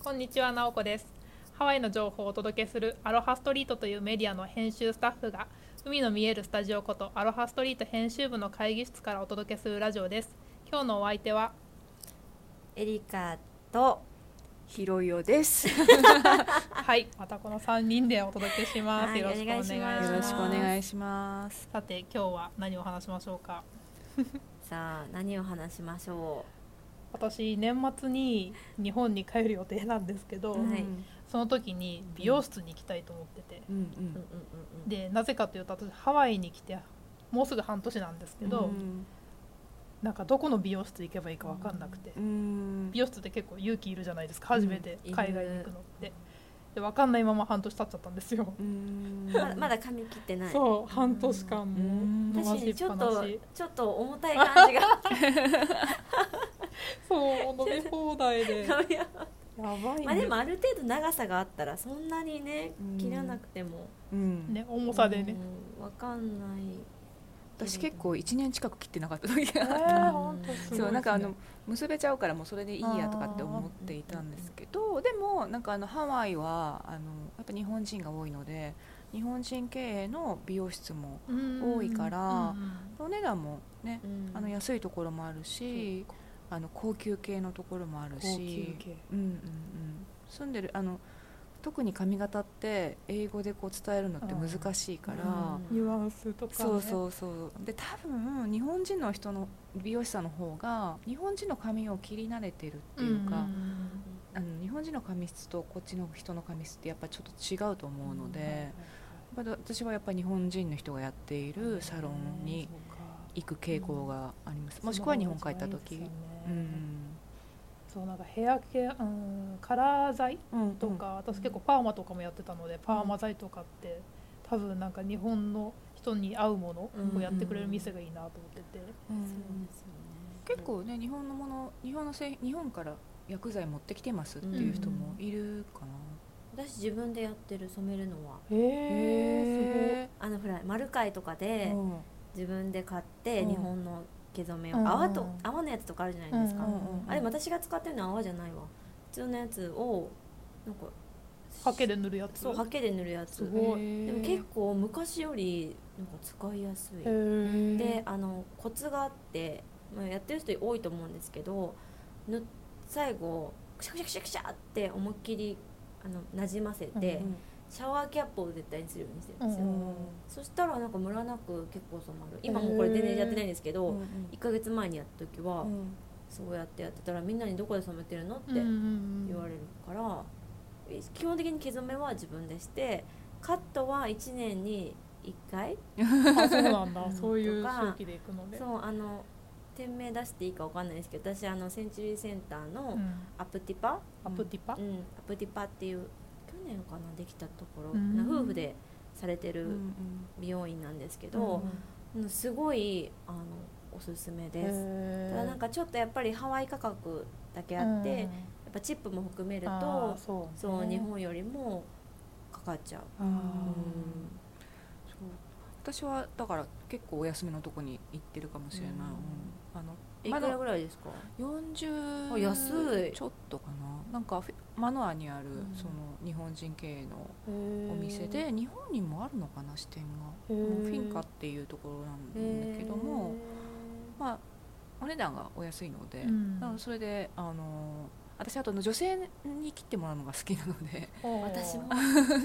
こんにちは、なおこです。ハワイの情報をお届けするアロハストリートというメディアの編集スタッフが海の見えるスタジオことアロハストリート編集部の会議室からお届けするラジオです。今日のお相手はエリカとひろよですはい、またこの3人でお届けします。 はいよろしくお願いしお願いしますます。 よろしくお願いします。 さて今日は何を話しましょうか。 さあ何を話しましょ私年末に日本に帰る予定なんですけど、 はいその時に美容室に行きたいと思ってて、 うんうんう。 でなぜかというと私ハワイに来てもうすぐ半年なんですけど、なんかどこの美容室行けばいいか分かんなくて、美容室って結構勇気いるじゃないですか、初めて海外に行くのって、で分かんないまま半年経っちゃったんですよ。 まだ髪切ってない。 そう半年間も伸ば確かにしっぱなし、 ちょっと重たい感じがそう飲み放題でやばいんまあでもある程度長さがあったらそんなにね切らなくても、 ね、重さでね、 わかんない。 私結構1年近く切ってなかった時が本当すごいですね。 そうなんか結べちゃうからもうそれでいいやとかって思っていたんですけど、でもなんかハワイはやっぱ日本人が多いので日本人経営の美容室も多いからお値段もね安いところもあるし高級系のところもあるし、住んでる特に髪型って英語でこう伝えるのって難しいから、 ニュアンスとかね、 そうで多分日本人の人の美容師さんの方が日本人の髪を切り慣れてるっていうか、日本人の髪質とこっちの人の髪質ってやっぱちょっと違うと思うので、私はやっぱり日本人の人がやっているサロンに行く傾向があります、もしくは日本帰った時、 そうなんかヘアケア、カラー剤とか、私結構パーマとかもやってたので、パーマ剤とかって多分なんか日本の人に合うものをやってくれる店がいいなと思ってて、 結構ね日本のもの日本から薬剤持ってきてますっていう人もいるかな、 私自分でやってる染めるのはへすごいほらマルカイとかで自分で買って日本の毛染めを泡のやつとかあるじゃないですか、あれ私が使ってるのは泡じゃないわ、普通のやつをなんかハケで塗るやつ、 そうハケで塗るやつ、 すごい。 でも結構昔よりなんか使いやすいでコツがあって、やってる人多いと思うんですけど、最後クシャクシャクシャクシャって思いっきりなじませて、シャワーキャップを絶対にするようにしてるんですよ、そしたらなんかムラなく結構染まる。今もうこれ全然やってないんですけど、1ヶ月前にやった時は、そうやってたらみんなにどこで染めてるのって言われるから、基本的に毛染めは自分でして、カットは1年に1回あ、そうなんだそういう周期でいくので、 そう店名出していいか分かんないですけど、私センチュリーセンターのアプティパ、 アプティパ、 アプティパっていう去年かなできたところ、夫婦でされてる美容院なんですけど、すごいおすすめです。ただなんかちょっとやっぱりハワイ価格だけあって、やっぱチップも含めるとそう日本よりもかかっちゃう。 私はだから結構お休みのとこに行ってるかもしれない、 いくらぐらいですか ？40 安いちょっとかな。なんかマノアにあるその日本人経営のお店で、日本にもあるのかな支店が、フィンカっていうところなんだけども、お値段がお安いので、それで私あと女性に切ってもらうのが好きなので私も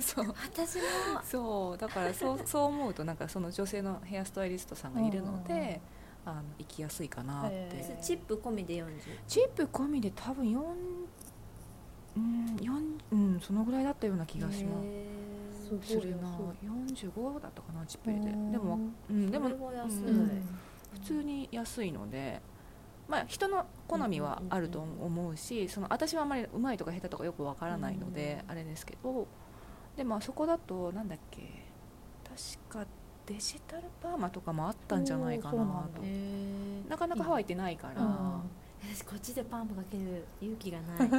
そうだからそう思うとなんかその女性のヘアスタイリストさんがいるので行きやすいかなって。 チップ込みで40？ チップ込みで多分そのぐらいだったような気がします。するな。45だったかなチップ入れて。でも普通に安いので。人の好みはあると思うし、私はあまりうまいとか下手とかよくわからないのであれですけど、でもそこだとなんだっけ、確かデジタルパーマとかもあったんじゃないかなと。なかなかハワイってないから、 私こっちでパーマかける勇気が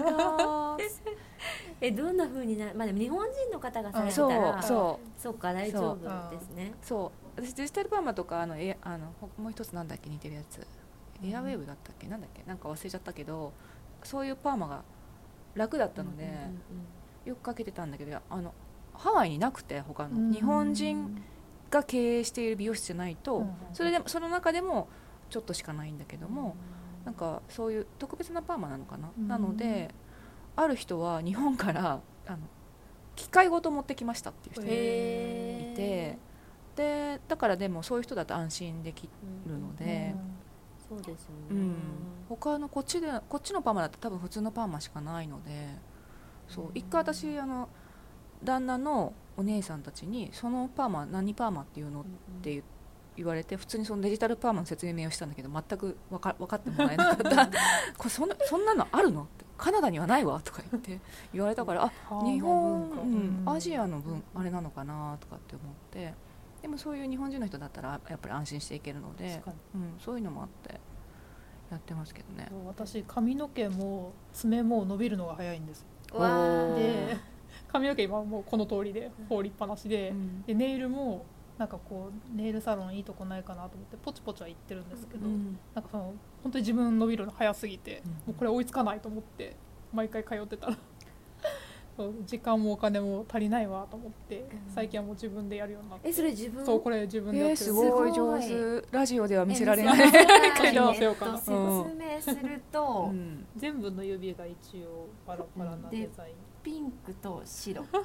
ないどんな風になる、でも日本人の方がされたらそうか大丈夫ですね。 そう私デジタルパーマとかもう一つなんだっけ似てるやつ、エアウェーブだったっけなんだっけなんか忘れちゃったけど、そういうパーマが楽だったので、よくかけてたんだけど、ハワイになくて、他の日本人が経営している美容室じゃないと、その中でもちょっとしかないんだけども、なんかそういう特別なパーマなのかな、なのである人は日本から機械ごと持ってきましたっていう人がいて、でだからでもそういう人だと安心できるので、 そうですよね、 他のこっちのパーマだと多分普通のパーマしかないので、そう一回私旦那のお姉さんたちにそのパーマ何パーマっていうのって言われて、普通にそのデジタルパーマの説明をしたんだけど全く分かってもらえなかったこれそんなのあるのってカナダにはないわとか言われたから、日本、アジアの分あれなのかなとかって思って、でもそういう日本人の人だったらやっぱり安心していけるので、そういうのもあってやってますけどね。 私髪の毛も爪も伸びるのが早いんです。で髪の毛今もうこの通りで放りっぱなしで、でネイルもなんかこうネイルサロンいいとこないかなと思ってポチポチは行ってるんですけど、なんか本当に自分伸びるの早すぎて、もうこれ追いつかないと思って毎回通ってたら時間もお金も足りないわと思って、最近はもう自分でやるようになって。 それ自分？ そう、これ自分でやってる。 すごい上手。ラジオでは見せられないけど、 説明すると、 全部の指が一応バラバラなデザイン。 ピンクと白。 白？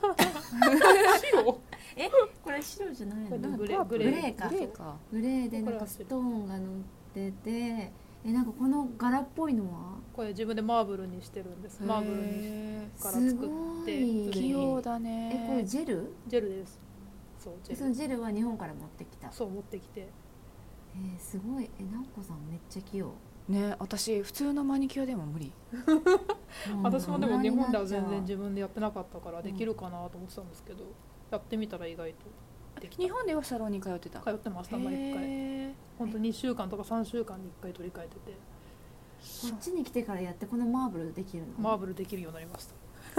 これ白じゃないの？ グレーか。 グレーでなんかストーンが乗ってて、なんかこの柄っぽいのは？ これ自分でマーブルにしてるんです。マーブルに柄作って器用だね。 これジェル？ ジェルです。そう、 そのジェルは日本から持ってきた。 そう、持ってきて。 すごい。直子さんめっちゃ器用。 ね、私普通のマニキュアでも無理。 私もでも日本では全然自分でやってなかったからできるかなと思ってたんですけど、やってみたら意外とできた。 日本ではサロンに通ってた？ 通ってました。毎回本当2週間とか3週間に1回取り替えてて。 こっちに来てからやってこのマーブルできるの？ マーブルできるようになりました。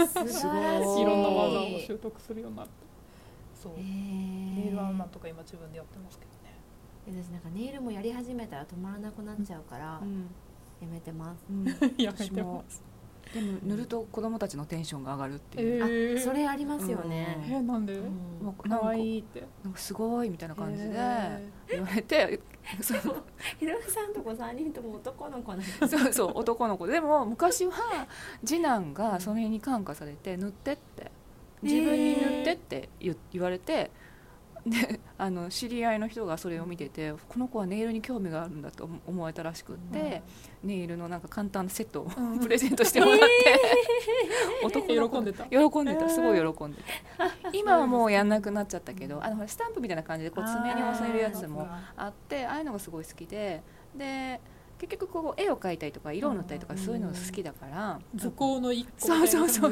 すごい。 いろんな技を習得するようになって。そう。ネイルはなんとか今自分でやってますけどね。 私なんかネイルもやり始めたら止まらなくなっちゃうから、やめてます。 やめてます。 でも塗ると子供たちのテンションが上がるっていう。 それありますよね。 なんで？可愛いって。 なんかすごいみたいな感じで言われて、 ひろみさんとこ3人とも男の子なんです。 そう男の子でも昔は次男がその辺に感化されて塗ってって自分に塗ってって言われて、で知り合いの人がそれを見てて、この子はネイルに興味があるんだと思われたらしくって、ネイルのなんか簡単なセットをプレゼントしてもらって、 男の子喜んでた、すごい喜んでた。今はもうやんなくなっちゃったけど、スタンプみたいな感じでこう爪に押せるやつもあって、ああいうのがすごい好きで、結局こう絵を描いたりとか色を塗ったりとかそういうのが好きだから、 図工の一個そう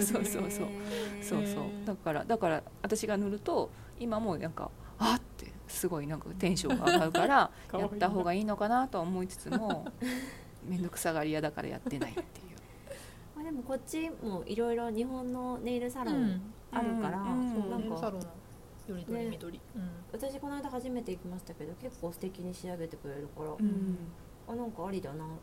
だから私が塗ると今もなんかあってすごいなんかテンションが上がるからやった方がいいのかなとは思いつつも面倒くさがり屋だからやってないっていう。 でもこっちもいろいろ日本のネイルサロンあるから、 ネイルサロンよりどり緑、 私この間初めて行きましたけど結構素敵に仕上げてくれるから、なんかありだなと思って。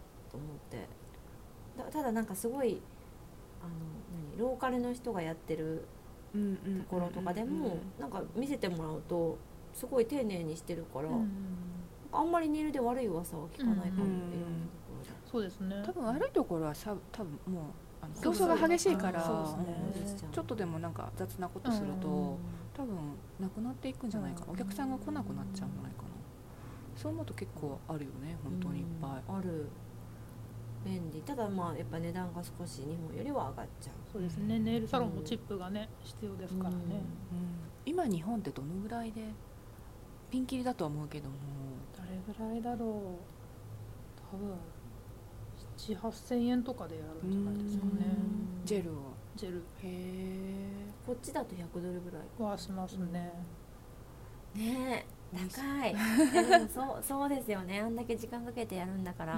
ただなんかすごいローカルの人がやってるところとかでもなんか見せてもらうとすごい丁寧にしてるから、あんまりネイルで悪い噂は聞かないかも。 そうですね。 多分悪いところは多分もう競争が激しいから、ちょっとでもなんか雑なことすると多分なくなっていくんじゃないかな、お客さんが来なくなっちゃうんじゃないかな。そう思うと結構あるよね、本当にいっぱいある。便利。ただまあやっぱ値段が少し日本よりは上がっちゃう。 そうですね。ネイルサロンもチップがね必要ですからね。 今日本ってどのぐらいでピンキリだと思うけども、 どれぐらいだろう。多分7,000-8,000円とかでやるんじゃないですかね。 ジェル。 へえ。こっちだと100ドルぐらいはしますね。 ねえ、高い。でもそうですよね。あんだけ時間かけてやるんだから。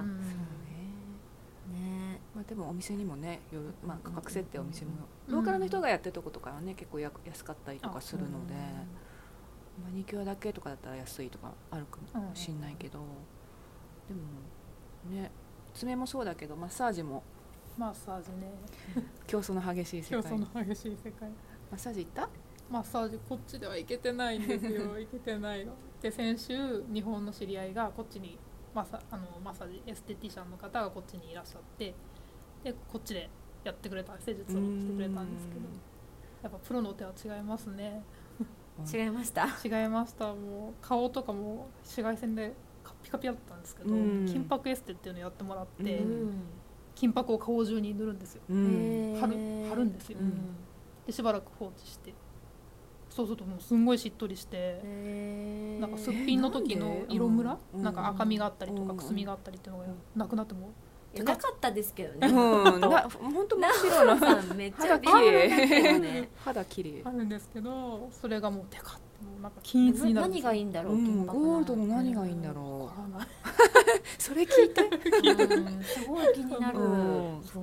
ね、 でもお店にもね価格設定お店もローカルの人がやってるとことかはね結構安かったりとかするので、マニキュアだけとかだったら安いとかあるかもしんないけど、でもね爪もそうだけどマッサージもマッサージね。 競争の激しい世界。 競争の激しい世界。 マッサージ行った？ マッサージこっちでは行けてないんですよ。行けてないので、先週日本の知り合いがこっちにマッサージエステティシャンの方がこっちにいらっしゃって、でこっちでやってくれた、施術をしてくれたんですけど、やっぱプロの手は違いますね。 違いました。 違いました。もう顔とかも紫外線でカッピカピだったんですけど、金箔エステっていうのをやってもらって、金箔を顔中に塗るんですよ。貼るんですよ。でしばらく放置して、そうするともうすんごいしっとりして、なんかすっぴんの時の色ムラ、なんか赤みがあったりとかくすみがあったりっていうのがなくなってもなかったですけどね。 本当真っ白なさんめっちゃ美人ね。 肌綺麗あるんですけど、それがもうテカってもうなんか均一になる。 何がいいんだろう。 ゴールドの何がいいんだろう。それ聞いて。 すごい気になる。 そう。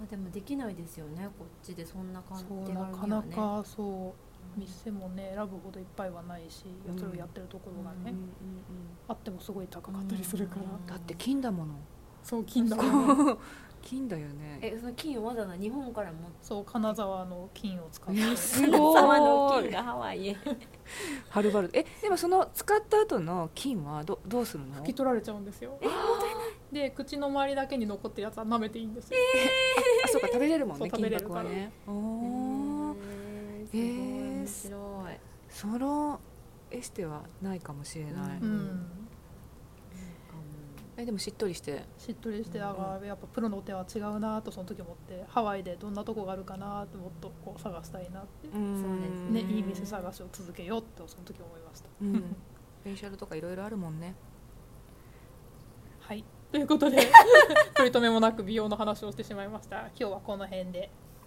でもできないですよね。こっちでそんな感じなかなかそう。店もね選ぶほどいっぱいはないし、それをやってるところがね、あってもすごい高かったりするから。 だって金だもの。 そう金だもの。 金だよね。 その金をわざわざ日本からも。 そう金沢の金を使って。 すごい。 金沢の金がハワイへ。 はるばる。でもその使った後の金はどうするの？ 拭き取られちゃうんですよ。 もったいない。 で口の周りだけに残ってるやつは舐めていいんですよ。 あ、そうか食べれるもんね。 金箔はね。 すごい面白い。 そのエステはないかもしれない。でもしっとりして、 やっぱプロの手は違うなとその時思って、ハワイでどんなとこがあるかなってもっとこう探したいなって、そうですね、いい店探しを続けようってその時思いました。 フェイシャルとかいろいろあるもんね。 はい、ということで取り留めもなく美容の話をしてしまいました。今日はこの辺で。